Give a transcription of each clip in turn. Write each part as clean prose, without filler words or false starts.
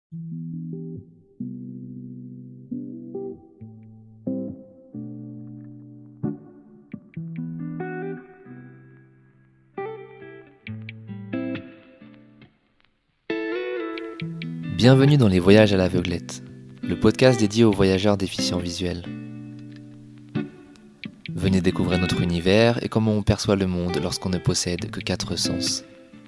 Bienvenue dans les Voyages à l'aveuglette, le podcast dédié aux voyageurs déficients visuels. Venez découvrir notre univers et comment on perçoit le monde lorsqu'on ne possède que 4 sens.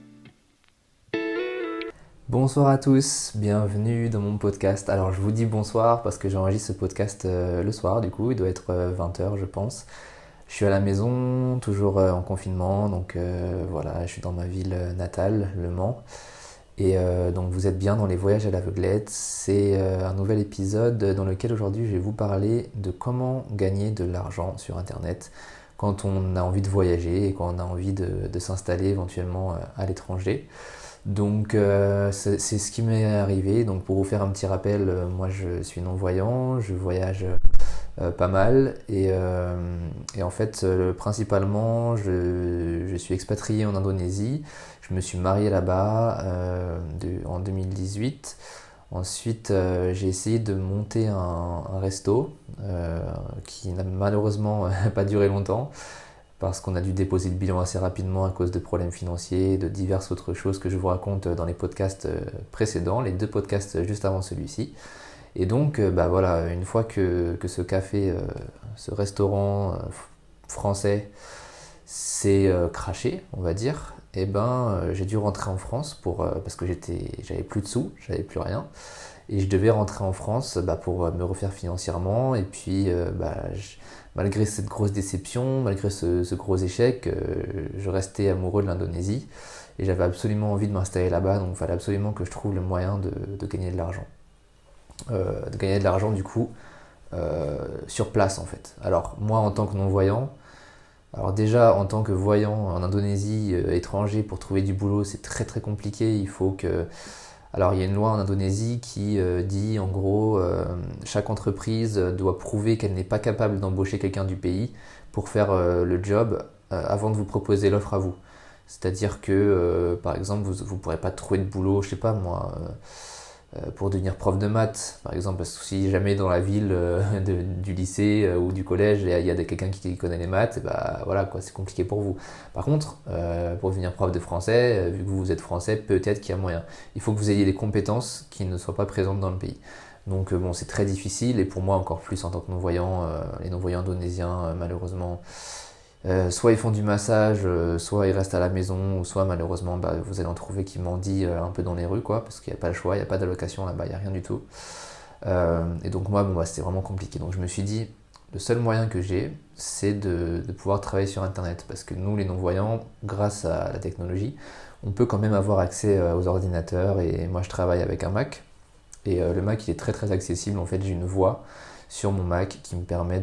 Bonsoir à tous, bienvenue dans mon podcast. Alors je vous dis bonsoir parce que j'enregistre ce podcast le soir, du coup il doit être 20h je pense. Je suis à la maison, toujours en confinement, donc voilà, je suis dans ma ville natale, Le Mans. Et donc vous êtes bien dans les Voyages à l'aveuglette, c'est un nouvel épisode dans lequel aujourd'hui je vais vous parler de comment gagner de l'argent sur internet quand on a envie de voyager et quand on a envie de s'installer éventuellement à l'étranger. Donc c'est ce qui m'est arrivé. Donc pour vous faire un petit rappel, moi je suis non-voyant, je voyage pas mal et en fait principalement je suis expatrié en Indonésie. Je me suis marié là-bas en 2018. Ensuite j'ai essayé de monter un resto qui n'a malheureusement pas duré longtemps parce qu'on a dû déposer le bilan assez rapidement à cause de problèmes financiers, de diverses autres choses que je vous raconte dans les podcasts précédents, les 2 podcasts juste avant celui-ci. Et donc, voilà, une fois que ce café, ce restaurant français s'est craché, on va dire, j'ai dû rentrer en France parce que j'avais plus de sous, j'avais plus rien. Et je devais rentrer en France pour me refaire financièrement. Et puis, malgré cette grosse déception, malgré ce gros échec, je restais amoureux de l'Indonésie. Et j'avais absolument envie de m'installer là-bas, donc il fallait absolument que je trouve le moyen de gagner de l'argent. Du coup sur place en fait. Alors moi en tant que non-voyant, alors déjà en tant que voyant en Indonésie étranger, pour trouver du boulot c'est très très compliqué. Alors il y a une loi en Indonésie qui dit en gros chaque entreprise doit prouver qu'elle n'est pas capable d'embaucher quelqu'un du pays pour faire le job avant de vous proposer l'offre à vous. C'est-à-dire que par exemple vous pourrez pas trouver de boulot, je sais pas moi, pour devenir prof de maths, par exemple, parce que si jamais dans la ville du lycée ou du collège, il y a quelqu'un qui connaît les maths, voilà quoi, c'est compliqué pour vous. Par contre, pour devenir prof de français, vu que vous êtes français, peut-être qu'il y a moyen. Il faut que vous ayez des compétences qui ne soient pas présentes dans le pays. Donc bon, c'est très difficile, et pour moi encore plus en tant que non-voyant, les non-voyants indonésiens, malheureusement, soit ils font du massage, soit ils restent à la maison, ou soit malheureusement vous allez en trouver qui mendient un peu dans les rues, quoi, parce qu'il n'y a pas le choix, il n'y a pas d'allocation là-bas, il n'y a rien du tout. Et donc moi, c'était vraiment compliqué. Donc je me suis dit, le seul moyen que j'ai, c'est de pouvoir travailler sur internet, parce que nous les non-voyants, grâce à la technologie, on peut quand même avoir accès aux ordinateurs, et moi je travaille avec un Mac, et le Mac il est très très accessible. En fait j'ai une voix sur mon Mac qui me permet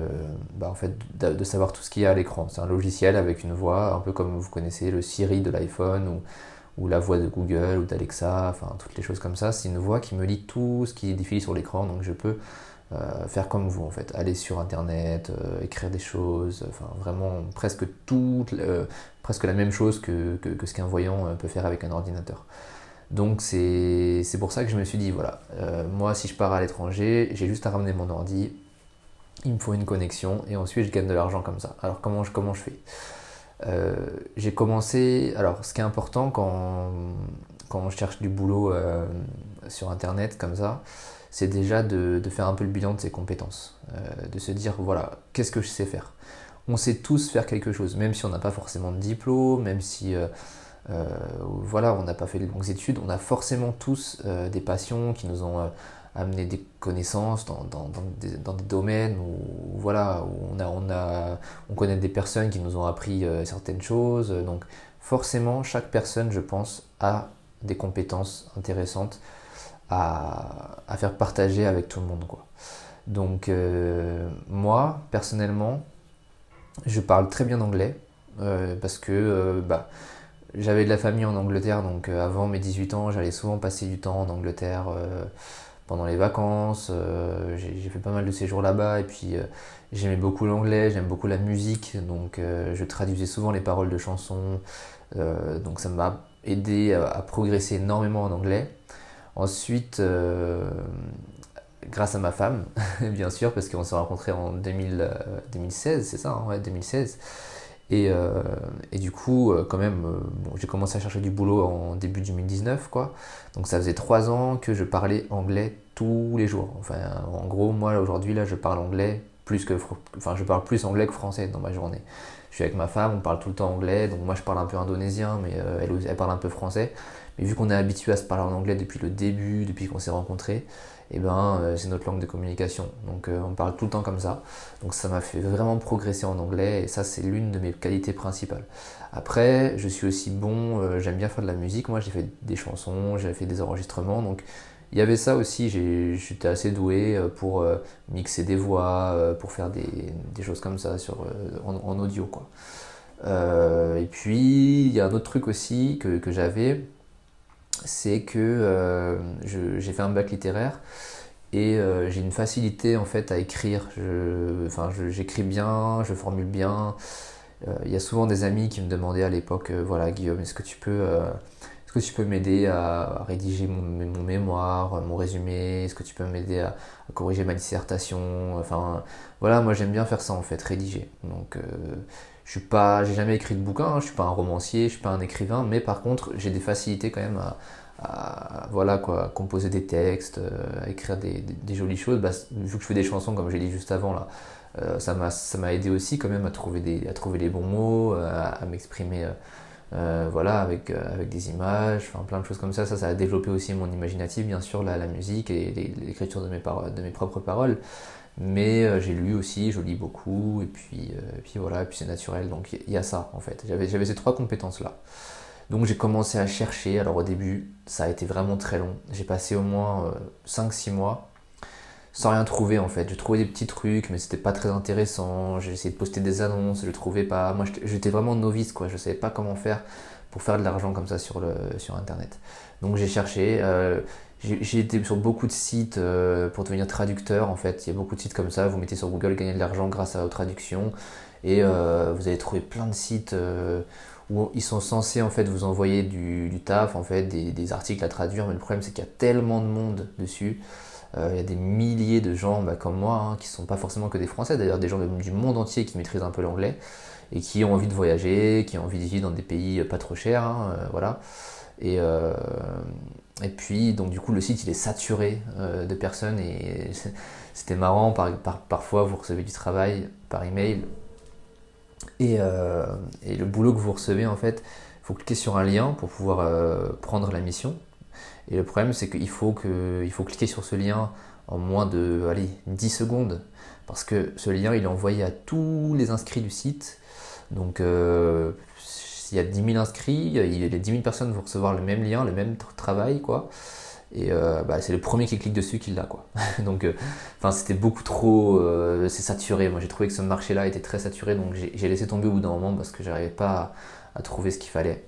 de savoir tout ce qu'il y a à l'écran. C'est un logiciel avec une voix, un peu comme vous connaissez le Siri de l'iPhone ou la voix de Google ou d'Alexa, enfin toutes les choses comme ça. C'est une voix qui me lit tout ce qui défile sur l'écran, donc je peux faire comme vous en fait, aller sur internet, écrire des choses, enfin vraiment presque la même chose que ce qu'un voyant peut faire avec un ordinateur. Donc c'est pour ça que je me suis dit, voilà, moi si je pars à l'étranger, j'ai juste à ramener mon ordi, il me faut une connexion, et ensuite je gagne de l'argent comme ça. Alors comment je fais j'ai commencé, alors ce qui est important quand on cherche du boulot sur internet comme ça, c'est déjà de faire un peu le bilan de ses compétences, de se dire, voilà, qu'est-ce que je sais faire. On sait tous faire quelque chose, même si on n'a pas forcément de diplôme, même si voilà, on n'a pas fait de longues études, on a forcément tous des passions qui nous ont amené des connaissances dans des domaines où, voilà, où on connaît des personnes qui nous ont appris certaines choses. Donc forcément, chaque personne, je pense, a des compétences intéressantes à faire partager avec tout le monde, quoi. Donc moi, personnellement, je parle très bien anglais parce que j'avais de la famille en Angleterre, donc avant mes 18 ans, j'allais souvent passer du temps en Angleterre pendant les vacances. J'ai fait pas mal de séjours là-bas, et puis j'aimais beaucoup l'anglais, j'aime beaucoup la musique, donc je traduisais souvent les paroles de chansons, donc ça m'a aidé à progresser énormément en anglais. Ensuite, grâce à ma femme, bien sûr, parce qu'on s'est rencontrés en 2016, c'est ça, hein, ouais, 2016. Et du coup, quand même, bon, j'ai commencé à chercher du boulot en début 2019, quoi. Donc ça faisait 3 ans que je parlais anglais tous les jours. Enfin, en gros, moi, aujourd'hui, là, je parle anglais enfin, je parle plus anglais que français dans ma journée. Je suis avec ma femme, on parle tout le temps anglais, donc moi, je parle un peu indonésien, mais elle parle un peu français. Mais vu qu'on est habitué à se parler en anglais depuis le début, depuis qu'on s'est rencontrés, et c'est notre langue de communication. Donc on parle tout le temps comme ça. Donc ça m'a fait vraiment progresser en anglais et ça c'est l'une de mes qualités principales. Après, je suis aussi bon, j'aime bien faire de la musique. Moi j'ai fait des chansons, j'ai fait des enregistrements. Donc il y avait ça aussi, j'étais assez doué pour mixer des voix, pour faire des choses comme ça en audio, quoi. Et puis il y a un autre truc aussi que j'avais, c'est que j'ai fait un bac littéraire et j'ai une facilité en fait à écrire. J'écris bien, je formule bien. Il y a souvent des amis qui me demandaient à l'époque, voilà Guillaume, est-ce que tu peux m'aider à rédiger mon mémoire, mon résumé? Est-ce que tu peux m'aider à corriger ma dissertation? Enfin, voilà, moi j'aime bien faire ça en fait, rédiger. Donc, j'ai jamais écrit de bouquin, hein, je suis pas un romancier, je suis pas un écrivain, mais par contre, j'ai des facilités quand même voilà quoi, composer des textes, à écrire des jolies choses. Bah, vu que je fais des chansons, comme j'ai dit juste avant là, ça m'a aidé aussi quand même à trouver les bons mots, à m'exprimer. Voilà, avec des images, enfin plein de choses comme ça. Ça a développé aussi mon imaginatif, bien sûr, la musique et l'écriture de mes propres paroles. Mais j'ai lu aussi, je lis beaucoup, et puis voilà, et puis c'est naturel, donc il y a ça en fait. J'avais ces 3 compétences-là. Donc j'ai commencé à chercher, alors au début, ça a été vraiment très long. J'ai passé au moins 5-6 mois sans rien trouver en fait. J'ai trouvé des petits trucs, mais c'était pas très intéressant. J'ai essayé de poster des annonces, je trouvais pas. Moi j'étais vraiment novice quoi, je savais pas comment faire pour faire de l'argent comme ça sur internet. Donc j'ai cherché, j'ai été sur beaucoup de sites pour devenir traducteur en fait. Il y a beaucoup de sites comme ça, vous mettez sur Google gagner de l'argent grâce à la traduction et vous allez trouver plein de sites où ils sont censés en fait vous envoyer du taf, en fait, des articles à traduire, mais le problème c'est qu'il y a tellement de monde dessus. Il y a des milliers de gens comme moi, hein, qui ne sont pas forcément que des Français, d'ailleurs des gens du monde entier qui maîtrisent un peu l'anglais et qui ont envie de voyager, qui ont envie de vivre dans des pays pas trop chers, hein, voilà. Et, euh, et puis donc du coup le site il est saturé de personnes et c'était marrant, parfois vous recevez du travail par email et le boulot que vous recevez en fait, il faut cliquer sur un lien pour pouvoir prendre la mission. Et le problème, c'est qu'il faut cliquer sur ce lien en moins de 10 secondes. Parce que ce lien, il est envoyé à tous les inscrits du site. Donc, s'il y a 10 000 inscrits, les 10 000 personnes vont recevoir le même lien, le même travail, quoi. Et c'est le premier qui clique dessus qui l'a, quoi. Donc, c'était beaucoup trop. C'est saturé. Moi, j'ai trouvé que ce marché-là était très saturé. Donc, j'ai laissé tomber au bout d'un moment parce que j'arrivais pas à trouver ce qu'il fallait.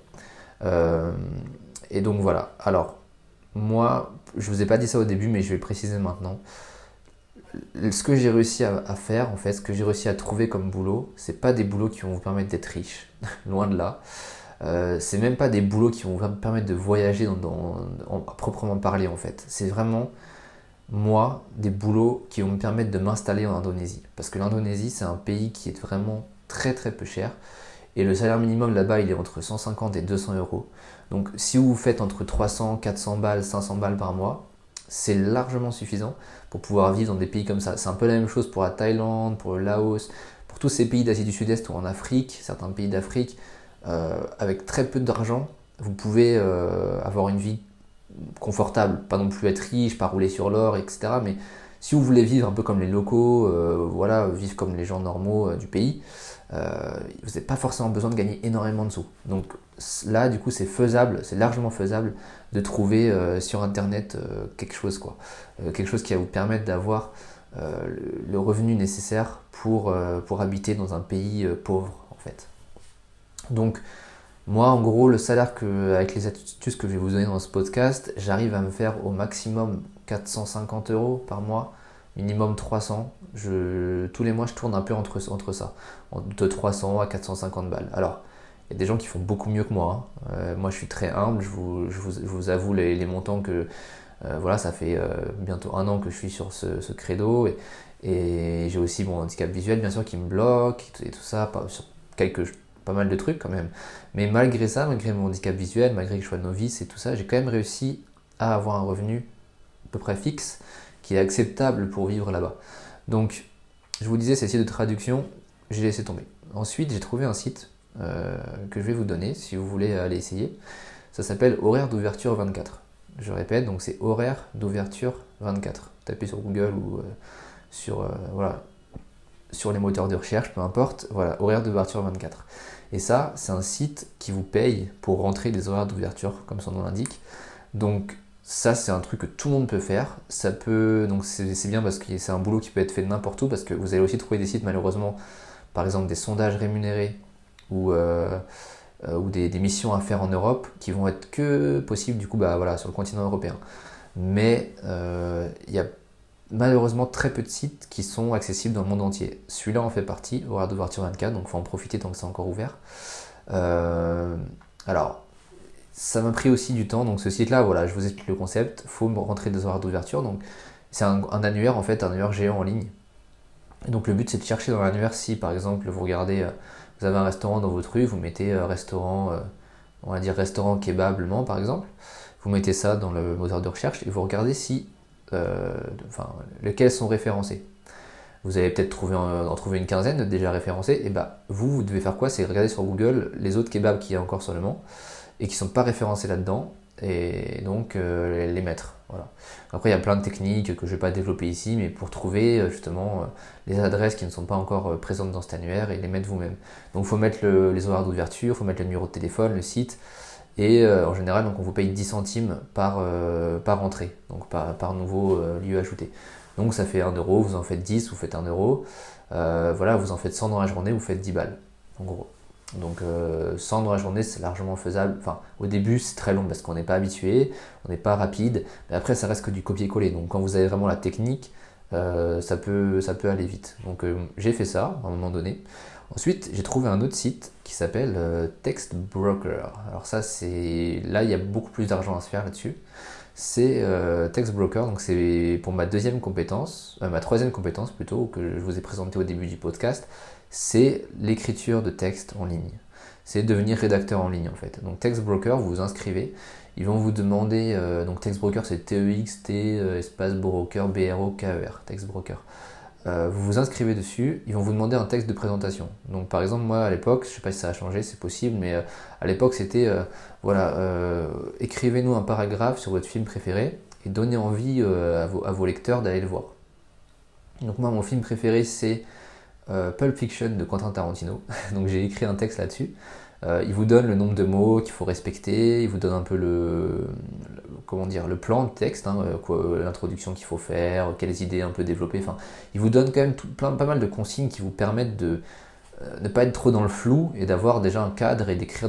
Et donc, voilà. Alors. Moi, je vous ai pas dit ça au début, mais je vais le préciser maintenant. Ce que j'ai réussi à faire, en fait, ce que j'ai réussi à trouver comme boulot, c'est pas des boulots qui vont vous permettre d'être riche, loin de là. C'est même pas des boulots qui vont vous permettre de voyager à proprement parler, en fait. C'est vraiment, moi, des boulots qui vont me permettre de m'installer en Indonésie. Parce que l'Indonésie, c'est un pays qui est vraiment très très peu cher. Et le salaire minimum là-bas, il est entre 150 et 200 euros. Donc si vous faites entre 300, 400 balles, 500 balles par mois, c'est largement suffisant pour pouvoir vivre dans des pays comme ça. C'est un peu la même chose pour la Thaïlande, pour le Laos, pour tous ces pays d'Asie du Sud-Est ou en Afrique, certains pays d'Afrique. Avec très peu d'argent, vous pouvez avoir une vie confortable, pas non plus être riche, pas rouler sur l'or, etc. Mais si vous voulez vivre un peu comme les locaux, voilà, vivre comme les gens normaux du pays, vous n'avez pas forcément besoin de gagner énormément de sous. Donc là, du coup, c'est faisable, c'est largement faisable de trouver sur Internet quelque chose, quoi. Quelque chose qui va vous permettre d'avoir le revenu nécessaire pour habiter dans un pays pauvre, en fait. Donc, moi, en gros, le salaire avec les astuces que je vais vous donner dans ce podcast, j'arrive à me faire au maximum 450 euros par mois, minimum 300. Tous les mois, je tourne un peu entre ça, de 300 à 450 balles. Alors, il y a des gens qui font beaucoup mieux que moi, hein. Moi, je suis très humble, je vous avoue les montants Voilà, ça fait bientôt 1 an que je suis sur ce credo et j'ai aussi mon handicap visuel bien sûr qui me bloque et tout ça, sur pas mal de trucs quand même. Mais malgré ça, malgré mon handicap visuel, malgré que je sois novice et tout ça, j'ai quand même réussi à avoir un revenu à peu près fixe qui est acceptable pour vivre là-bas. Donc, je vous disais, ces sites de traduction, j'ai laissé tomber. Ensuite, j'ai trouvé un site que je vais vous donner si vous voulez aller essayer. Ça s'appelle Horaire d'ouverture 24. Je répète, donc c'est Horaire d'ouverture 24. Tapez sur Google ou sur les moteurs de recherche, peu importe. Voilà, Horaire d'ouverture 24. Et ça, c'est un site qui vous paye pour rentrer des horaires d'ouverture, comme son nom l'indique. Donc ça, c'est un truc que tout le monde peut faire. Donc c'est bien parce que c'est un boulot qui peut être fait n'importe où, parce que vous allez aussi trouver des sites, malheureusement, par exemple des sondages rémunérés ou des missions à faire en Europe qui vont être que possibles du coup sur le continent européen. Mais il y a malheureusement très peu de sites qui sont accessibles dans le monde entier. Celui-là en fait partie, Horaire d'ouverture 24, donc il faut en profiter tant que c'est encore ouvert. Alors, ça m'a pris aussi du temps, donc ce site-là, voilà, je vous explique le concept, il faut rentrer des horaires d'ouverture, donc c'est un annuaire en fait, un annuaire géant en ligne. Et donc le but c'est de chercher dans l'annuaire si par exemple vous regardez, vous avez un restaurant dans votre rue, vous mettez restaurant, on va dire restaurant kebab Le Mans par exemple, vous mettez ça dans le moteur de recherche et vous regardez si, lesquels sont référencés. Vous allez peut-être en trouver une quinzaine de déjà référencés, et vous devez faire quoi? C'est regarder sur Google les autres kebabs qu'il y a encore sur Le Mans et qui ne sont pas référencés là-dedans, et donc les mettre. Voilà. Après, il y a plein de techniques que je ne vais pas développer ici, mais pour trouver justement les adresses qui ne sont pas encore présentes dans cet annuaire et les mettre vous-même. Donc il faut mettre les horaires d'ouverture, il faut mettre le numéro de téléphone, le site, et en général, donc, on vous paye 10 centimes par entrée, donc par nouveau lieu ajouté. Donc ça fait 1 euro, vous en faites 10, vous faites 1 euro. Voilà, vous en faites 100 dans la journée, vous faites 10 balles, en gros. Donc 100 dans la journée, c'est largement faisable. Enfin, au début, c'est très long parce qu'on n'est pas habitué, on n'est pas rapide. Mais après, ça reste que du copier-coller. Donc quand vous avez vraiment la technique, ça peut aller vite. Donc j'ai fait ça à un moment donné. Ensuite, j'ai trouvé un autre site qui s'appelle Text Broker. Alors ça, là, il y a beaucoup plus d'argent à se faire là-dessus. C'est Text Broker, donc c'est pour ma troisième compétence plutôt, que je vous ai présenté au début du podcast, c'est l'écriture de texte en ligne. C'est devenir rédacteur en ligne en fait. Donc Text Broker, vous vous inscrivez, ils vont vous demander, donc Text Broker c'est T-E-X-T espace Broker, B-R-O-K-E-R, Text Broker. Vous vous inscrivez dessus, ils vont vous demander un texte de présentation. Donc par exemple moi à l'époque, je ne sais pas si ça a changé, c'est possible, mais à l'époque c'était écrivez-nous un paragraphe sur votre film préféré et donnez envie à vos lecteurs d'aller le voir. Donc moi mon film préféré c'est Pulp Fiction de Quentin Tarantino, donc j'ai écrit un texte là-dessus. Il vous donne le nombre de mots qu'il faut respecter, il vous donne un peu le plan de texte, l'introduction qu'il faut faire, quelles idées un peu développer. Enfin, il vous donne quand même pas mal de consignes qui vous permettent de ne pas être trop dans le flou et d'avoir déjà un cadre et d'écrire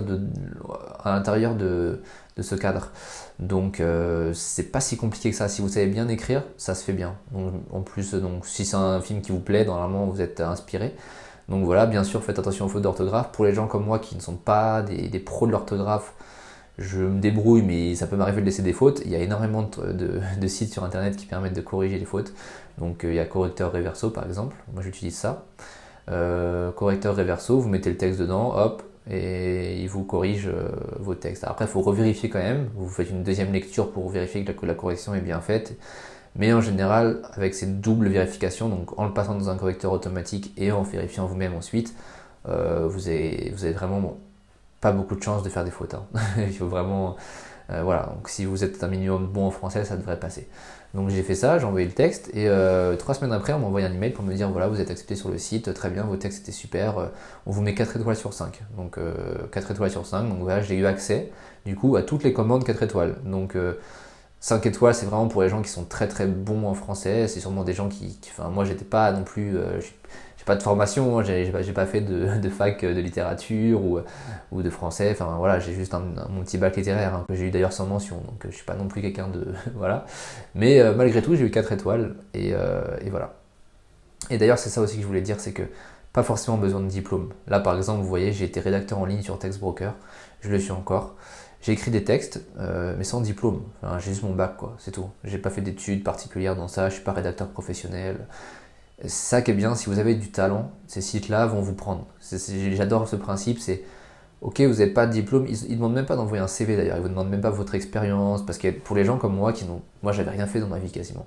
à l'intérieur de ce cadre. Donc c'est pas si compliqué que ça. Si vous savez bien écrire, ça se fait bien. Donc, en plus, si c'est un film qui vous plaît, normalement vous êtes inspiré. Donc voilà, bien sûr, faites attention aux fautes d'orthographe. Pour les gens comme moi qui ne sont pas des pros de l'orthographe, je me débrouille, mais ça peut m'arriver de laisser des fautes. Il y a énormément de sites sur internet qui permettent de corriger les fautes. Donc il y a Correcteur Reverso par exemple, moi j'utilise ça. Correcteur Reverso, vous mettez le texte dedans, hop, et il vous corrige vos textes. Après, il faut revérifier quand même, vous faites une deuxième lecture pour vérifier que la correction est bien faite. Mais en général, avec cette double vérification, donc en le passant dans un correcteur automatique et en vérifiant vous-même ensuite, vous avez vraiment pas beaucoup de chances de faire des fautes. Il faut vraiment... donc si vous êtes un minimum bon en français, ça devrait passer. Donc j'ai fait ça, j'ai envoyé le texte et 3 semaines après, on m'a envoyé un email pour me dire voilà, vous êtes accepté sur le site, très bien, vos textes étaient super, on vous met 4 étoiles sur 5. Donc 4 étoiles sur 5, donc voilà, j'ai eu accès du coup à toutes les commandes 4 étoiles. Donc 5 étoiles, c'est vraiment pour les gens qui sont très très bons en français. C'est sûrement des gens moi, j'étais pas non plus... j'ai pas de formation, j'ai pas fait de fac de littérature ou de français. Enfin voilà, j'ai juste mon petit bac littéraire que j'ai eu d'ailleurs sans mention. Donc je suis pas non plus quelqu'un de... voilà. Mais malgré tout, j'ai eu 4 étoiles et voilà. Et d'ailleurs, c'est ça aussi que je voulais dire, c'est que pas forcément besoin de diplôme. Là, par exemple, vous voyez, j'ai été rédacteur en ligne sur Text Broker. Je le suis encore. j'ai écrit des textes, mais sans diplôme. Enfin, j'ai juste mon bac, quoi, c'est tout. J'ai pas fait d'études particulières dans ça, je suis pas rédacteur professionnel. C'est ça qui est bien, si vous avez du talent, ces sites-là vont vous prendre. J'adore ce principe, c'est ok, vous n'avez pas de diplôme, ils ne demandent même pas d'envoyer un CV d'ailleurs, ils ne vous demandent même pas votre expérience, parce que pour les gens comme moi, moi j'avais rien fait dans ma vie quasiment.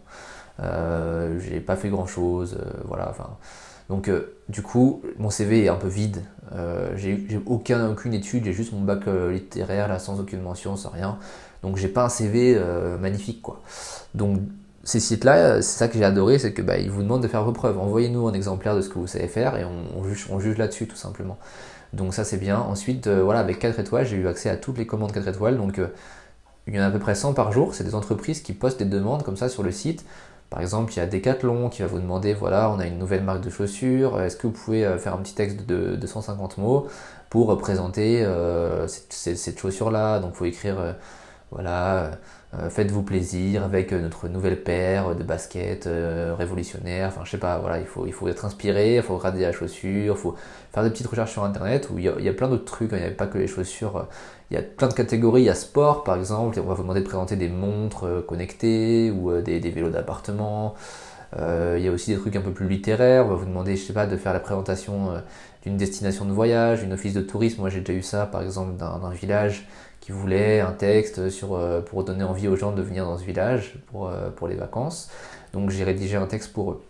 J'ai pas fait grand chose, voilà, enfin. Donc du coup, mon CV est un peu vide, j'ai aucune étude, j'ai juste mon bac littéraire là, sans aucune mention, sans rien. Donc j'ai pas un CV magnifique quoi. Donc ces sites-là, c'est ça que j'ai adoré, c'est que ils vous demandent de faire vos preuves. Envoyez-nous un exemplaire de ce que vous savez faire et on juge là-dessus tout simplement. Donc ça c'est bien. Ensuite, voilà, avec 4 étoiles, j'ai eu accès à toutes les commandes 4 étoiles. Donc il y en a à peu près 100 par jour. C'est des entreprises qui postent des demandes comme ça sur le site. Par exemple, il y a Decathlon qui va vous demander, voilà, on a une nouvelle marque de chaussures. Est-ce que vous pouvez faire un petit texte de 150 mots pour présenter cette chaussure-là. Donc il faut écrire, voilà, faites-vous plaisir avec notre nouvelle paire de baskets révolutionnaire. Enfin, je sais pas, voilà, il faut être inspiré, il faut regarder la chaussure, il faut faire des petites recherches sur internet où il y a plein d'autres trucs, il n'y avait pas que les chaussures. Il y a plein de catégories, il y a sport par exemple, on va vous demander de présenter des montres connectées ou des vélos d'appartement. Il y a aussi des trucs un peu plus littéraires, on va vous demander, je sais pas, de faire la présentation d'une destination de voyage, d'une office de tourisme. Moi j'ai déjà eu ça par exemple d'un village qui voulait un texte pour donner envie aux gens de venir dans ce village pour les vacances. Donc j'ai rédigé un texte pour eux.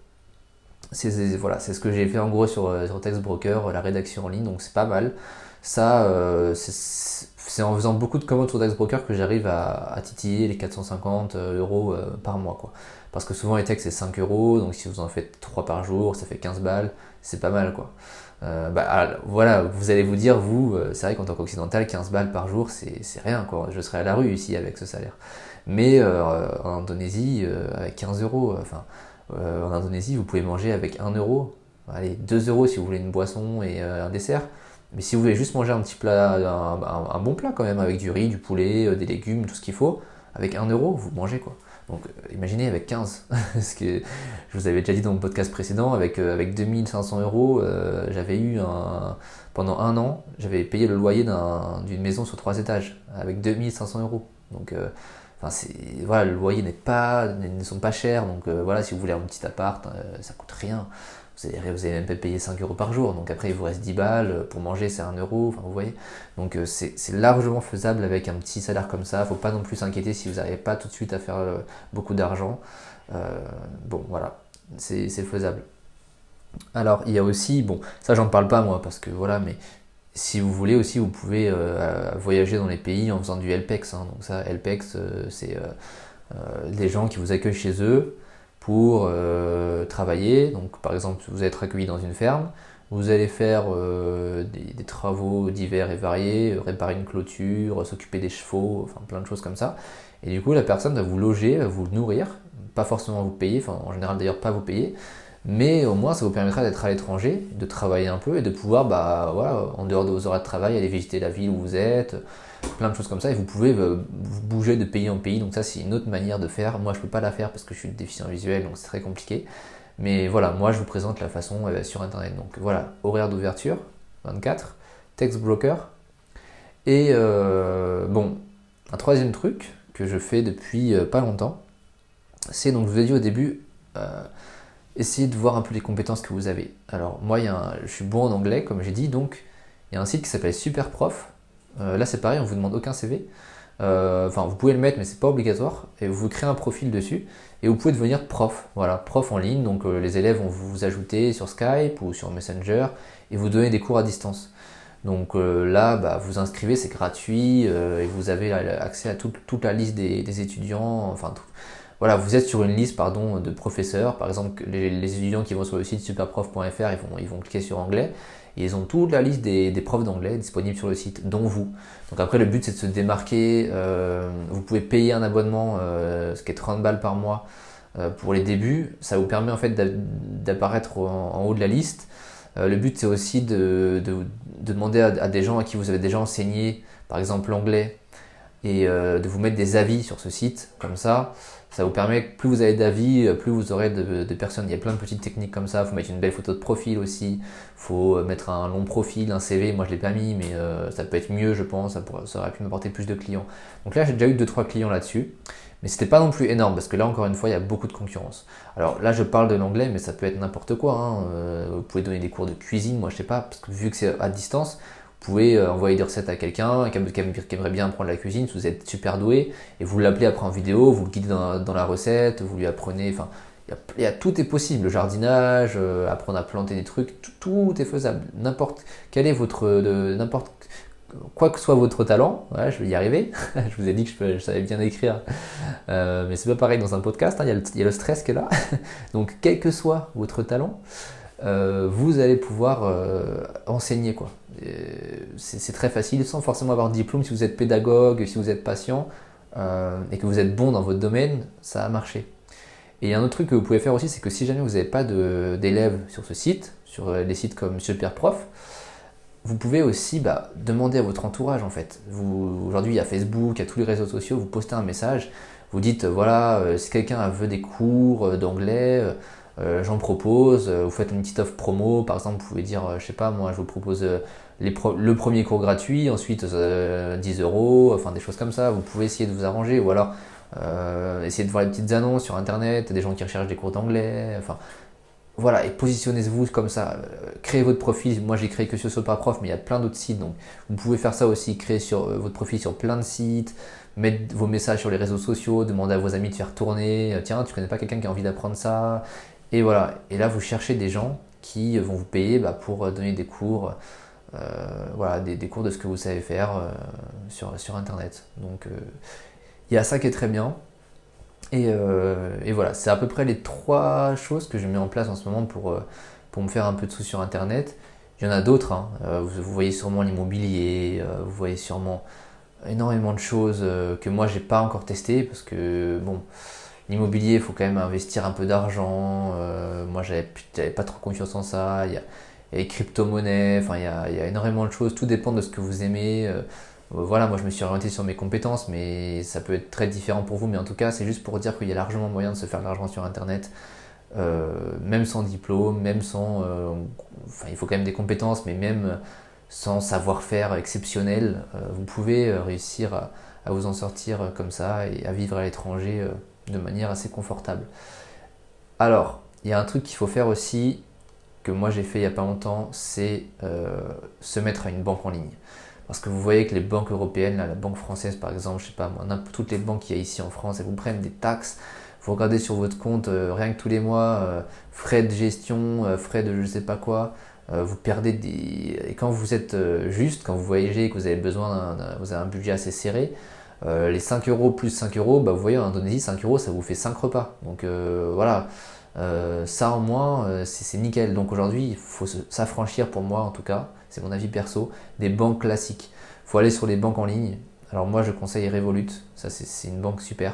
Voilà, c'est ce que j'ai fait en gros sur Textbroker, la rédaction en ligne, donc c'est pas mal. Ça, c'est en faisant beaucoup de commandes sur Textbroker que j'arrive à titiller les 450 euros par mois, quoi. Parce que souvent les textes c'est 5 euros, donc si vous en faites 3 par jour, ça fait 15 balles, c'est pas mal, quoi. Voilà, vous allez vous dire, vous, c'est vrai qu'en tant qu'occidental, 15 balles par jour, c'est rien, quoi. Je serais à la rue ici avec ce salaire. Mais en Indonésie, avec 15 euros, en Indonésie, vous pouvez manger avec 1 euro, allez, 2 euros si vous voulez une boisson et un dessert. Mais si vous voulez juste manger un petit plat, un bon plat quand même, avec du riz, du poulet, des légumes, tout ce qu'il faut, avec 1 euro, vous mangez quoi. Donc imaginez avec 15, parce que je vous avais déjà dit dans mon podcast précédent, avec 2500 euros, pendant un an, j'avais payé le loyer d'une maison sur 3 étages, avec 2500 euros. Donc voilà, le loyer ne sont pas chers, donc voilà, si vous voulez un petit appart, ça coûte rien. Vous allez même pas payer 5 euros par jour, donc après il vous reste 10 balles, pour manger c'est 1 euro, enfin vous voyez. Donc c'est largement faisable avec un petit salaire comme ça, faut pas non plus s'inquiéter si vous n'arrivez pas tout de suite à faire beaucoup d'argent. Bon voilà, c'est faisable. Alors il y a aussi, bon ça j'en parle pas moi parce que voilà, mais si vous voulez aussi, vous pouvez voyager dans les pays en faisant du LPEX. Hein. Donc ça, LPEX, c'est des gens qui vous accueillent chez eux pour travailler. Donc par exemple, vous allez être accueilli dans une ferme, vous allez faire des travaux divers et variés, réparer une clôture, s'occuper des chevaux, enfin plein de choses comme ça. Et du coup, la personne va vous loger, va vous nourrir, pas forcément vous payer, enfin en général d'ailleurs pas vous payer. Mais au moins ça vous permettra d'être à l'étranger, de travailler un peu et de pouvoir, voilà, en dehors de vos horaires de travail, aller visiter la ville où vous êtes, plein de choses comme ça. Et vous pouvez vous bouger de pays en pays, donc ça c'est une autre manière de faire. Moi je peux pas la faire parce que je suis déficient visuel, donc c'est très compliqué. Mais voilà, moi je vous présente la façon sur internet. Donc voilà, horaire d'ouverture, 24, Textbroker. Et bon, un troisième truc que je fais depuis pas longtemps, c'est, donc je vous ai dit au début, essayez de voir un peu les compétences que vous avez. Alors moi, je suis bon en anglais, comme j'ai dit, donc il y a un site qui s'appelle Superprof. Là c'est pareil, on ne vous demande aucun CV. Vous pouvez le mettre, mais c'est pas obligatoire. Et vous créez un profil dessus, et vous pouvez devenir prof. Voilà, prof en ligne, donc les élèves vont vous ajouter sur Skype ou sur Messenger, et vous donner des cours à distance. Donc là, vous inscrivez, c'est gratuit, et vous avez accès à toute la liste des étudiants, voilà, vous êtes sur une liste de professeurs. Par exemple, les étudiants qui vont sur le site superprof.fr, ils vont cliquer sur anglais et ils ont toute la liste des profs d'anglais disponibles sur le site, dont vous. Donc après, le but c'est de se démarquer. Vous pouvez payer un abonnement, ce qui est 30 balles par mois pour les débuts. Ça vous permet en fait d'apparaître en haut de la liste. Le but c'est aussi de demander à des gens à qui vous avez déjà enseigné, par exemple l'anglais, et de vous mettre des avis sur ce site. Comme ça vous permet que plus vous avez d'avis, plus vous aurez de personnes. Il y a plein de petites techniques comme ça. Il faut mettre une belle photo de profil aussi. Il faut mettre un long profil, un CV. Moi je ne l'ai pas mis, mais ça peut être mieux, je pense. Ça aurait pu m'apporter plus de clients. Donc là, j'ai déjà eu 2-3 clients là-dessus. Mais c'était pas non plus énorme parce que là, encore une fois, il y a beaucoup de concurrence. Alors là, je parle de l'anglais, mais ça peut être n'importe quoi, hein. Vous pouvez donner des cours de cuisine, moi je sais pas, parce que vu que c'est à distance, vous pouvez envoyer des recettes à quelqu'un qui aimerait bien apprendre la cuisine, si vous êtes super doué, et vous l'appelez après en vidéo, vous le guidez dans la recette, vous lui apprenez, enfin, tout est possible, le jardinage, apprendre à planter des trucs, tout est faisable. Quel est n'importe quoi que soit votre talent, ouais, je vais y arriver. Je vous ai dit que je savais bien écrire, mais c'est pas pareil dans un podcast, hein, il y a le stress qui est là. Donc quel que soit votre talent, vous allez pouvoir enseigner quoi. C'est très facile, sans forcément avoir de diplôme. Si vous êtes pédagogue, si vous êtes patient et que vous êtes bon dans votre domaine, ça a marché. Et il y a un autre truc que vous pouvez faire aussi, c'est que si jamais vous n'avez pas d'élèves sur ce site, sur des sites comme Monsieur le Père Prof, vous pouvez aussi demander à votre entourage en fait. Aujourd'hui, il y a Facebook, il y a tous les réseaux sociaux, vous postez un message, vous dites voilà, si quelqu'un veut des cours d'anglais, j'en propose, vous faites une petite offre promo, par exemple, vous pouvez dire, je sais pas, moi je vous propose le premier cours gratuit, ensuite 10 euros, enfin des choses comme ça, vous pouvez essayer de vous arranger, ou alors essayer de voir les petites annonces sur internet, des gens qui recherchent des cours d'anglais, enfin voilà, et positionnez-vous comme ça, créez votre profil. Moi j'ai créé que sur Sopaprof, mais il y a plein d'autres sites, donc vous pouvez faire ça aussi, créer votre profil sur plein de sites, mettre vos messages sur les réseaux sociaux, demander à vos amis de faire tourner, tiens, tu connais pas quelqu'un qui a envie d'apprendre ça, et voilà, et là vous cherchez des gens qui vont vous payer pour donner des cours, voilà, des cours de ce que vous savez faire sur internet. Donc il y a ça qui est très bien. Et voilà, c'est à peu près les 3 choses que je mets en place en ce moment pour me faire un peu de sous sur internet. Il y en a d'autres, hein. Vous voyez sûrement l'immobilier, vous voyez sûrement énormément de choses que moi j'ai pas encore testé parce que bon, l'immobilier il faut quand même investir un peu d'argent. Moi j'avais pas trop confiance en ça. Il y a les crypto-monnaies, enfin il y a énormément de choses, tout dépend de ce que vous aimez. Voilà, moi je me suis orienté sur mes compétences, mais ça peut être très différent pour vous. Mais en tout cas, c'est juste pour dire qu'il y a largement moyen de se faire de l'argent sur Internet, même sans diplôme, même sans. Enfin, il faut quand même des compétences, mais même sans savoir-faire exceptionnel, vous pouvez réussir à vous en sortir comme ça et à vivre à l'étranger de manière assez confortable. Alors, il y a un truc qu'il faut faire aussi, que moi j'ai fait il n'y a pas longtemps, c'est se mettre à une banque en ligne. Parce que vous voyez que les banques européennes, là, la banque française par exemple, je sais pas moi, toutes les banques qu'il y a ici en France, elles vous prennent des taxes. Vous regardez sur votre compte, rien que tous les mois, frais de gestion, frais de je sais pas quoi, vous perdez des... Et quand vous êtes juste, quand vous voyagez et que vous avez besoin vous avez un budget assez serré, les 5 euros plus 5 euros, vous voyez en Indonésie, 5 euros ça vous fait 5 repas. Donc voilà, ça en moins, c'est nickel. Donc aujourd'hui, il faut s'affranchir pour moi en tout cas, c'est mon avis perso, des banques classiques. Il faut aller sur les banques en ligne. Alors moi je conseille Revolut, ça c'est une banque super,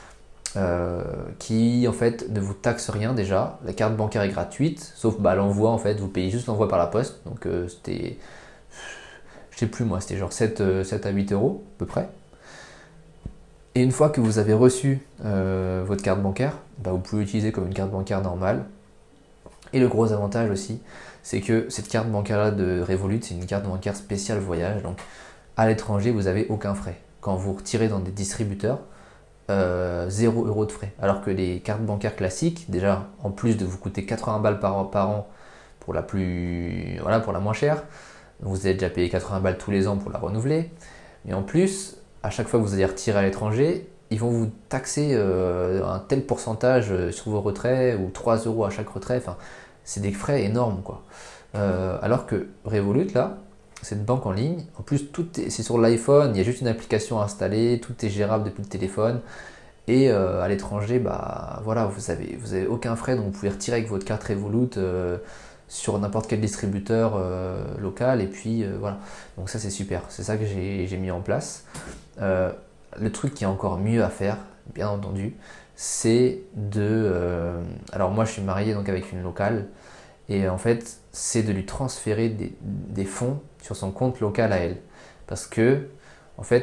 qui en fait ne vous taxe rien déjà. La carte bancaire est gratuite, sauf l'envoi en fait, vous payez juste l'envoi par la poste. Donc c'était, je sais plus moi, c'était genre 7 à 8 euros à peu près. Et une fois que vous avez reçu votre carte bancaire, vous pouvez l'utiliser comme une carte bancaire normale. Et le gros avantage aussi, c'est que cette carte bancaire-là de Revolut, c'est une carte bancaire spéciale voyage. Donc à l'étranger, vous n'avez aucun frais. Quand vous retirez dans des distributeurs, 0 euros de frais. Alors que les cartes bancaires classiques, déjà, en plus de vous coûter 80 balles par an pour la moins chère, vous avez déjà payé 80 balles tous les ans pour la renouveler. Mais en plus, à chaque fois que vous allez retirer à l'étranger, ils vont vous taxer un tel pourcentage sur vos retraits ou 3 euros à chaque retrait. Enfin, c'est des frais énormes quoi. Alors que Revolut là, c'est une banque en ligne. En plus, c'est sur l'iPhone, il y a juste une application à installer, tout est gérable depuis le téléphone. Et à l'étranger, voilà, vous avez aucun frais, donc vous pouvez retirer avec votre carte Revolut sur n'importe quel distributeur local. Et puis voilà, donc ça c'est super. C'est ça que j'ai mis en place. Le truc qui est encore mieux à faire, bien entendu, c'est alors moi je suis marié donc avec une locale et en fait c'est de lui transférer des fonds sur son compte local à elle. Parce que en fait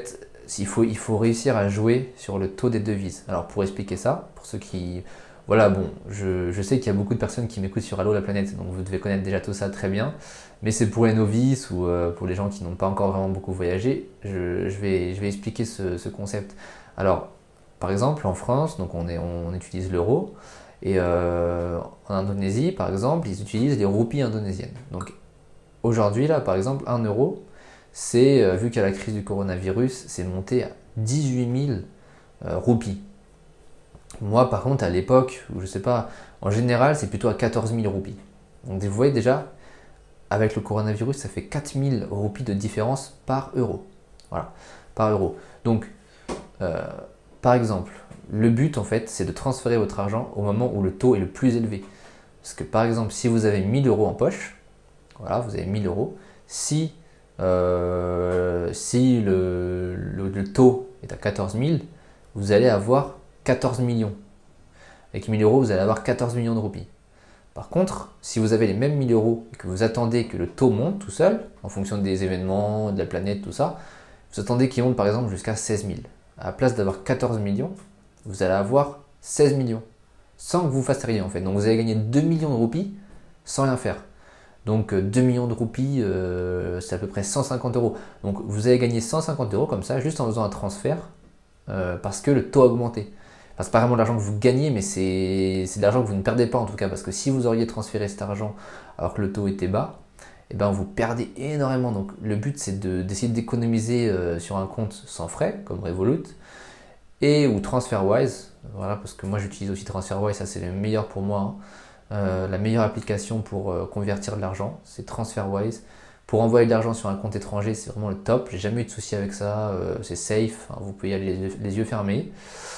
il faut réussir à jouer sur le taux des devises. Alors pour expliquer ça, pour ceux qui... Voilà, bon, je sais qu'il y a beaucoup de personnes qui m'écoutent sur Allo la planète, donc vous devez connaître déjà tout ça très bien. Mais c'est pour les novices ou pour les gens qui n'ont pas encore vraiment beaucoup voyagé, je vais expliquer ce concept. Alors, par exemple, en France, donc on utilise l'euro, et en Indonésie, par exemple, ils utilisent les roupies indonésiennes. Donc aujourd'hui, là, par exemple, 1 euro, c'est, vu qu'il y a la crise du coronavirus, c'est monté à 18 000 roupies. Moi, par contre, à l'époque, je sais pas, en général, c'est plutôt à 14 000 roupies. Donc vous voyez déjà, avec le coronavirus, ça fait 4 000 roupies de différence par euro. Voilà, par euro. Donc, par exemple, le but, en fait, c'est de transférer votre argent au moment où le taux est le plus élevé. Parce que, par exemple, si vous avez 1 000 euros en poche, voilà, vous avez 1 000 euros, si le taux est à 14 000, vous allez avoir 14 millions. Avec 1 000 euros, vous allez avoir 14 millions de roupies. Par contre, si vous avez les mêmes 1 000 euros et que vous attendez que le taux monte tout seul, en fonction des événements, de la planète, tout ça, vous attendez qu'il monte par exemple jusqu'à 16 000. À la place d'avoir 14 millions, vous allez avoir 16 millions. Sans que vous fassiez rien en fait. Donc vous allez gagner 2 millions de roupies sans rien faire. Donc 2 millions de roupies, c'est à peu près 150 euros. Donc vous allez gagner 150 euros comme ça, juste en faisant un transfert, parce que le taux a augmenté. Enfin, c'est pas vraiment de l'argent que vous gagnez, mais c'est de l'argent que vous ne perdez pas en tout cas, parce que si vous auriez transféré cet argent alors que le taux était bas, eh ben vous perdez énormément. Donc le but c'est d'essayer d'économiser sur un compte sans frais, comme Revolut, ou TransferWise, voilà, parce que moi j'utilise aussi TransferWise, ça c'est le meilleur pour moi, hein. La meilleure application pour convertir de l'argent, c'est TransferWise. Pour envoyer de l'argent sur un compte étranger, c'est vraiment le top, j'ai jamais eu de soucis avec ça, c'est safe, hein, vous pouvez y aller les yeux fermés.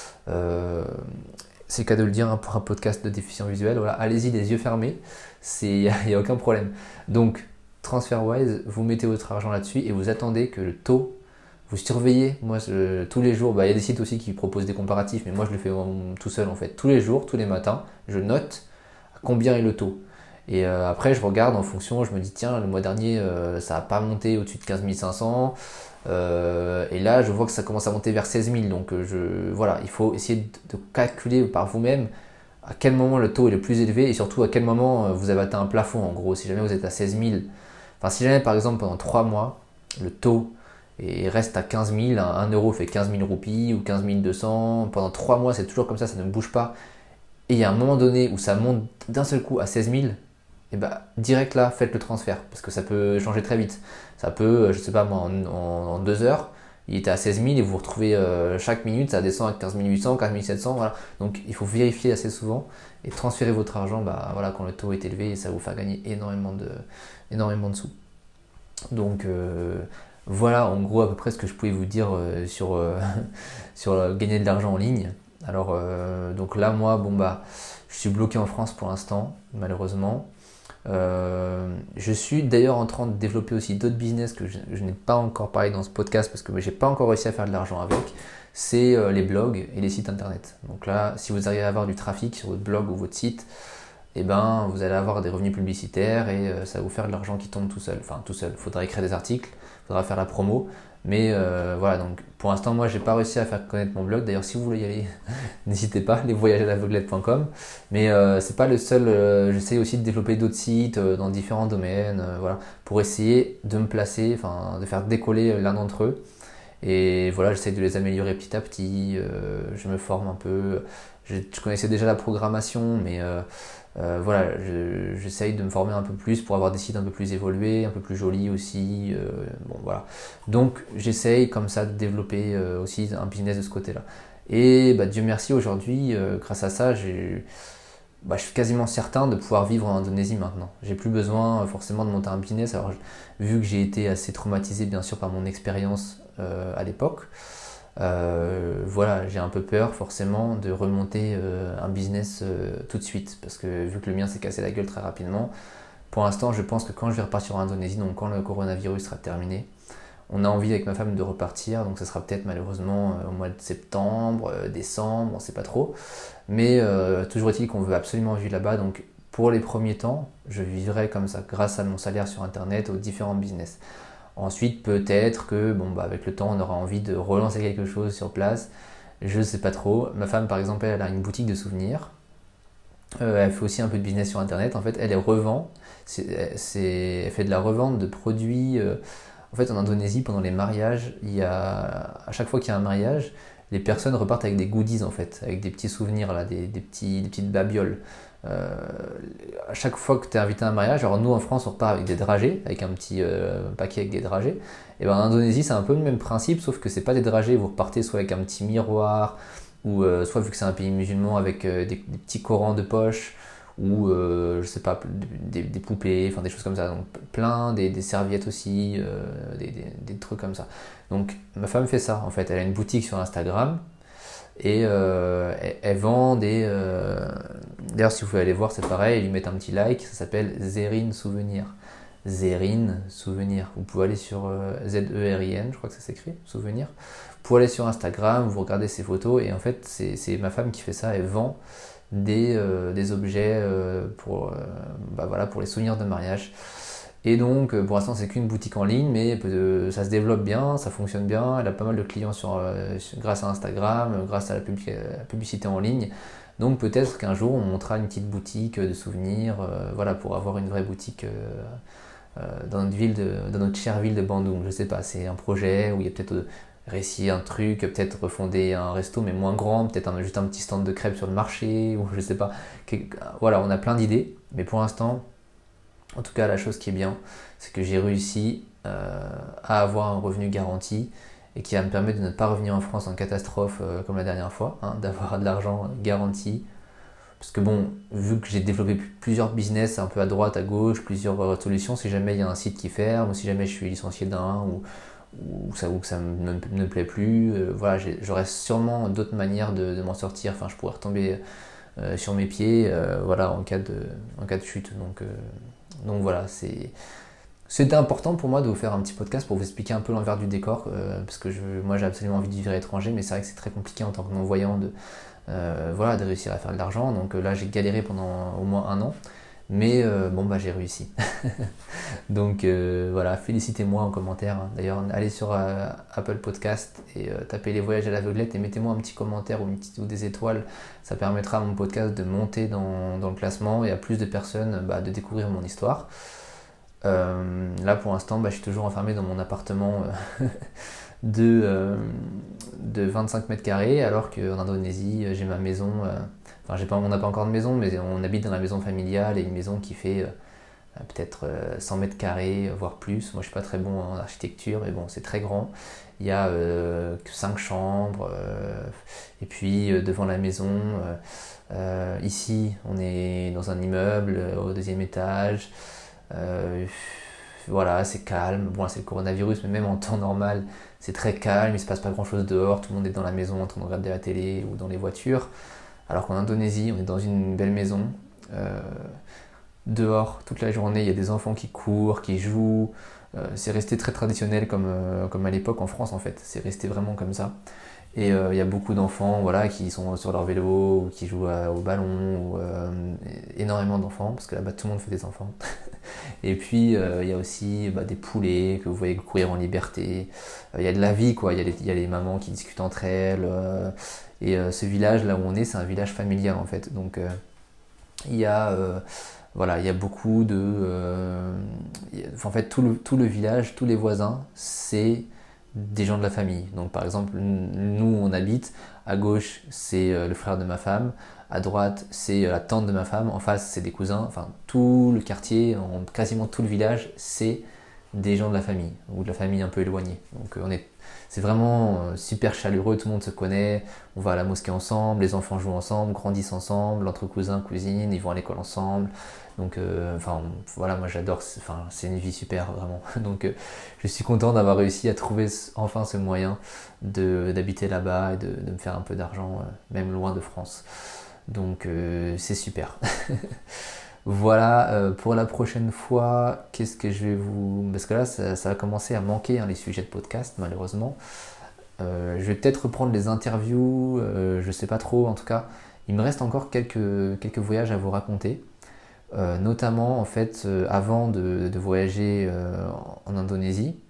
C'est le cas de le dire, hein, pour un podcast de déficient visuel, voilà, allez-y les yeux fermés, il n'y a aucun problème. Donc TransferWise, vous mettez votre argent là-dessus et vous attendez que le taux, vous surveillez. Moi tous les jours, il y a des sites aussi qui proposent des comparatifs, mais moi je le fais tout seul en fait. Tous les jours, tous les matins, je note à combien est le taux. Et après je regarde en fonction, je me dis tiens, le mois dernier ça n'a pas monté au-dessus de 15 500. Et là je vois que ça commence à monter vers 16 000, donc voilà, il faut essayer de calculer par vous-même à quel moment le taux est le plus élevé et surtout à quel moment vous avez atteint un plafond. En gros, si jamais vous êtes à 16 000, enfin si jamais par exemple pendant 3 mois le taux reste à 15 000, 1 euro fait 15 000 roupies ou 15 200, pendant 3 mois c'est toujours comme ça ne bouge pas, et il y a un moment donné où ça monte d'un seul coup à 16 000, et bah direct là faites le transfert, parce que ça peut changer très vite. Ça peut, je sais pas moi, en 2 heures, il était à 16 000 et vous vous retrouvez chaque minute, ça descend à 15 800, 15 700, voilà. Donc il faut vérifier assez souvent et transférer votre argent voilà, quand le taux est élevé, et ça va vous faire gagner énormément de sous. Donc voilà en gros à peu près ce que je pouvais vous dire sur gagner de l'argent en ligne. Alors donc là moi je suis bloqué en France pour l'instant, malheureusement. Je suis d'ailleurs en train de développer aussi d'autres business que je n'ai pas encore parlé dans ce podcast parce que j'ai pas encore réussi à faire de l'argent avec. C'est les blogs et les sites internet. Donc là, si vous arrivez à avoir du trafic sur votre blog ou votre site, eh ben, vous allez avoir des revenus publicitaires et ça va vous faire de l'argent qui tombe tout seul. Enfin tout seul, il faudra écrire des articles, il faudra faire la promo. Mais voilà, donc pour l'instant moi j'ai pas réussi à faire connaître mon blog. D'ailleurs si vous voulez y aller, n'hésitez pas, lesvoyagesaveuglette.com. Mais c'est pas le seul, j'essaie aussi de développer d'autres sites dans différents domaines, voilà, pour essayer de me placer, enfin de faire décoller l'un d'entre eux. Et voilà, j'essaie de les améliorer petit à petit, je me forme un peu. Je connaissais déjà la programmation, mais voilà, j'essaye de me former un peu plus pour avoir des sites un peu plus évolués, un peu plus jolis aussi. Bon voilà. Donc j'essaye comme ça de développer aussi un business de ce côté-là. Et Dieu merci, aujourd'hui, grâce à ça, je suis quasiment certain de pouvoir vivre en Indonésie maintenant. J'ai plus besoin forcément de monter un business. Alors vu que j'ai été assez traumatisé bien sûr par mon expérience à l'époque, voilà, j'ai un peu peur forcément de remonter un business tout de suite, parce que vu que le mien s'est cassé la gueule très rapidement, pour l'instant je pense que quand je vais repartir en Indonésie, donc quand le coronavirus sera terminé, on a envie avec ma femme de repartir, donc ça sera peut-être malheureusement au mois de septembre, décembre, on ne sait pas trop, mais toujours est-il qu'on veut absolument vivre là-bas. Donc pour les premiers temps, je vivrai comme ça, grâce à mon salaire sur internet, aux différents business. Ensuite, peut-être que avec le temps, on aura envie de relancer quelque chose sur place. Je sais pas trop. Ma femme, par exemple, elle a une boutique de souvenirs. Elle fait aussi un peu de business sur internet. En fait, elle les revend. Elle fait de la revente de produits. En fait, en Indonésie, pendant les mariages, à chaque fois qu'il y a un mariage, les personnes repartent avec des goodies en fait, avec des petits souvenirs là, des petites babioles. Euh, à chaque fois que tu es invité à un mariage, alors nous en France on repart avec des dragées, avec un petit paquet avec des dragées. Et ben en Indonésie c'est un peu le même principe, sauf que c'est pas des dragées, vous repartez soit avec un petit miroir, ou soit vu que c'est un pays musulman avec des petits Corans de poche, ou je sais pas, des poupées, enfin des choses comme ça. Donc plein, des serviettes aussi, des trucs comme ça. Donc ma femme fait ça en fait, elle a une boutique sur Instagram et elle vend des. D'ailleurs, si vous pouvez aller voir, c'est pareil, ils lui mettent un petit like, ça s'appelle Zerine Souvenir. Zerine Souvenir. Vous pouvez aller sur Zerin, je crois que ça s'écrit, Souvenir. Vous pouvez aller sur Instagram, vous regardez ses photos, et en fait, c'est ma femme qui fait ça, elle vend des objets pour les souvenirs de mariage. Et donc, pour l'instant, c'est qu'une boutique en ligne, mais ça se développe bien, ça fonctionne bien. Elle a pas mal de clients grâce à Instagram, grâce à la publicité en ligne. Donc, peut-être qu'un jour, on montera une petite boutique de souvenirs, pour avoir une vraie boutique dans notre chère ville de Bandung. Je sais pas, c'est un projet où il y a peut-être réussir un truc, peut-être refonder un resto, mais moins grand, peut-être juste un petit stand de crêpes sur le marché, ou je sais pas. Voilà, on a plein d'idées, mais pour l'instant. En tout cas, la chose qui est bien, c'est que j'ai réussi à avoir un revenu garanti et qui va me permettre de ne pas revenir en France en catastrophe comme la dernière fois, hein, d'avoir de l'argent garanti. Parce que vu que j'ai développé plusieurs business un peu à droite, à gauche, plusieurs solutions, si jamais il y a un site qui ferme, ou si jamais je suis licencié d'un, ou ça ne me plaît plus, j'aurai sûrement d'autres manières de m'en sortir. Enfin, je pourrais retomber sur mes pieds en cas de chute. Donc voilà, c'était important pour moi de vous faire un petit podcast pour vous expliquer un peu l'envers du décor, parce que moi j'ai absolument envie de vivre à l'étranger, mais c'est vrai que c'est très compliqué en tant que non-voyant de réussir à faire de l'argent. Donc là j'ai galéré pendant au moins 1 an, mais j'ai réussi. Donc voilà, félicitez-moi en commentaire, hein. D'ailleurs, allez sur Apple Podcast et tapez les voyages à l'aveuglette et mettez-moi un petit commentaire ou des étoiles. Ça permettra à mon podcast de monter dans le classement et à plus de personnes de découvrir mon histoire. Là pour l'instant, je suis toujours enfermé dans mon appartement de 25 mètres carrés, alors qu'en Indonésie, j'ai ma maison. On n'a pas encore de maison, mais on habite dans la maison familiale et une maison qui fait peut-être 100 mètres carrés, voire plus. Moi je suis pas très bon en architecture, mais bon, c'est très grand. Il y a 5 chambres, et puis devant la maison, ici on est dans un immeuble au 2e étage. Voilà, c'est calme. Bon, c'est le coronavirus, mais même en temps normal, c'est très calme. Il se passe pas grand chose dehors. Tout le monde est dans la maison en train de regarder la télé ou dans les voitures. Alors qu'en Indonésie, on est dans une belle maison. Dehors, toute la journée, il y a des enfants qui courent, qui jouent. C'est resté très traditionnel comme à l'époque en France en fait. C'est resté vraiment comme ça. Et il y a beaucoup d'enfants qui sont sur leur vélo ou qui jouent au ballon, énormément d'enfants, parce que là-bas tout le monde fait des enfants. Et puis il y a aussi des poulets que vous voyez courir en liberté. Il y a de la vie, quoi. Il y a les mamans qui discutent entre elles. Et ce village là où on est, c'est un village familial en fait. Donc il y a beaucoup en fait tout le village, tous les voisins, c'est des gens de la famille. Donc par exemple, nous on habite, à gauche c'est le frère de ma femme, à droite c'est la tante de ma femme, en face c'est des cousins, enfin tout le quartier, quasiment tout le village, c'est des gens de la famille, ou de la famille un peu éloignée. Donc c'est vraiment super chaleureux, tout le monde se connaît, on va à la mosquée ensemble, les enfants jouent ensemble, grandissent ensemble, entre cousins, cousines, ils vont à l'école ensemble. Donc moi j'adore, c'est une vie super vraiment. Donc je suis content d'avoir réussi à trouver enfin ce moyen d'habiter là-bas et de me faire un peu d'argent, même loin de France. Donc c'est super. Voilà, pour la prochaine fois, qu'est-ce que je vais vous... Parce que là, ça va commencer à manquer, hein, les sujets de podcast, malheureusement. Je vais peut-être reprendre les interviews, je sais pas trop, en tout cas. Il me reste encore quelques voyages à vous raconter. Notamment, en fait, avant de voyager en Indonésie,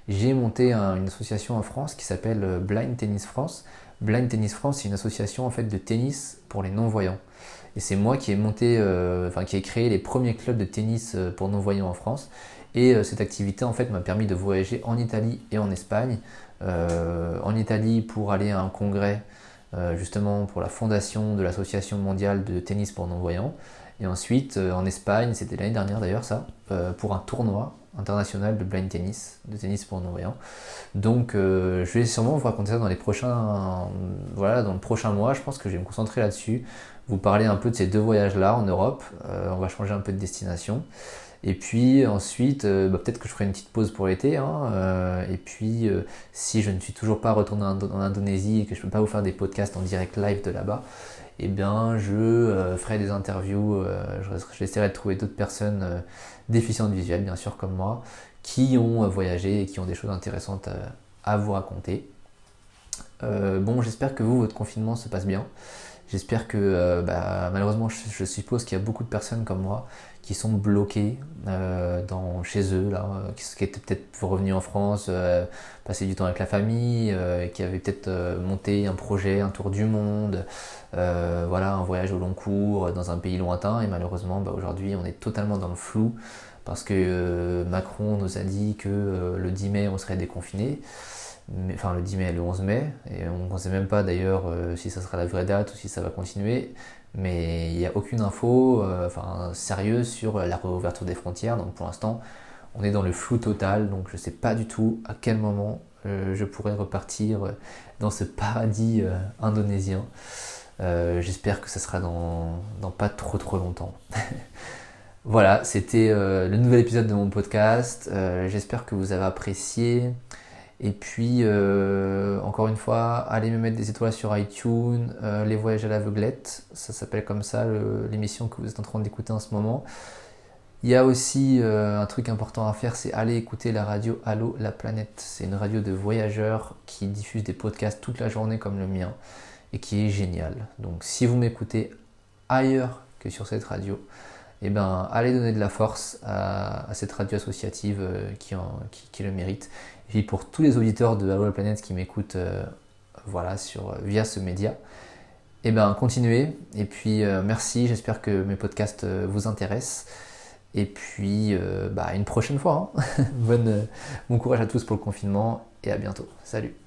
j'ai monté une association en France qui s'appelle Blind Tennis France. Blind Tennis France, c'est une association en fait de tennis pour les non-voyants. Et c'est moi qui ai créé les premiers clubs de tennis pour non-voyants en France. Et cette activité en fait m'a permis de voyager en Italie et en Espagne. En Italie pour aller à un congrès justement pour la fondation de l'association mondiale de tennis pour non-voyants. Et ensuite en Espagne, c'était l'année dernière d'ailleurs ça, pour un tournoi international de blind tennis, de tennis pour non-voyants. Donc je vais sûrement vous raconter ça dans le prochain mois. Je pense que je vais me concentrer là-dessus, vous parler un peu de ces 2 voyages-là en Europe. On va changer un peu de destination. Et puis ensuite, peut-être que je ferai une petite pause pour l'été. Et puis, si je ne suis toujours pas retourné en Indonésie et que je ne peux pas vous faire des podcasts en direct live de là-bas, eh bien, je ferai des interviews. J'essaierai de trouver d'autres personnes déficientes visuelles, bien sûr, comme moi, qui ont voyagé et qui ont des choses intéressantes à vous raconter. J'espère que votre confinement se passe bien. J'espère que, malheureusement, je suppose qu'il y a beaucoup de personnes comme moi qui sont bloquées chez eux, là, qui étaient peut-être revenus en France, passer du temps avec la famille, qui avaient peut-être monté un projet, un tour du monde, un voyage au long cours dans un pays lointain. Et malheureusement, aujourd'hui, on est totalement dans le flou parce que Macron nous a dit que le 10 mai, on serait déconfiné. Enfin le 10 mai, le 11 mai, et on ne sait même pas d'ailleurs si ça sera la vraie date ou si ça va continuer, mais il n'y a aucune info sérieuse sur la réouverture des frontières, donc pour l'instant on est dans le flou total, donc je ne sais pas du tout à quel moment je pourrais repartir dans ce paradis indonésien. J'espère que ça sera dans pas trop longtemps. Voilà, c'était le nouvel épisode de mon podcast, j'espère que vous avez apprécié. Et puis, encore une fois, allez me mettre des étoiles sur iTunes, Les Voyages à l'aveuglette, ça s'appelle comme ça l'émission que vous êtes en train d'écouter en ce moment. Il y a aussi un truc important à faire, c'est aller écouter la radio Allô la planète. C'est une radio de voyageurs qui diffuse des podcasts toute la journée comme le mien et qui est génial. Donc si vous m'écoutez ailleurs que sur cette radio, allez donner de la force à cette radio associative qui le mérite. Et puis pour tous les auditeurs de Allô la planète qui m'écoutent via ce média, continuez. Et puis merci, j'espère que mes podcasts vous intéressent. Et puis une prochaine fois. Bon courage à tous pour le confinement et à bientôt. Salut.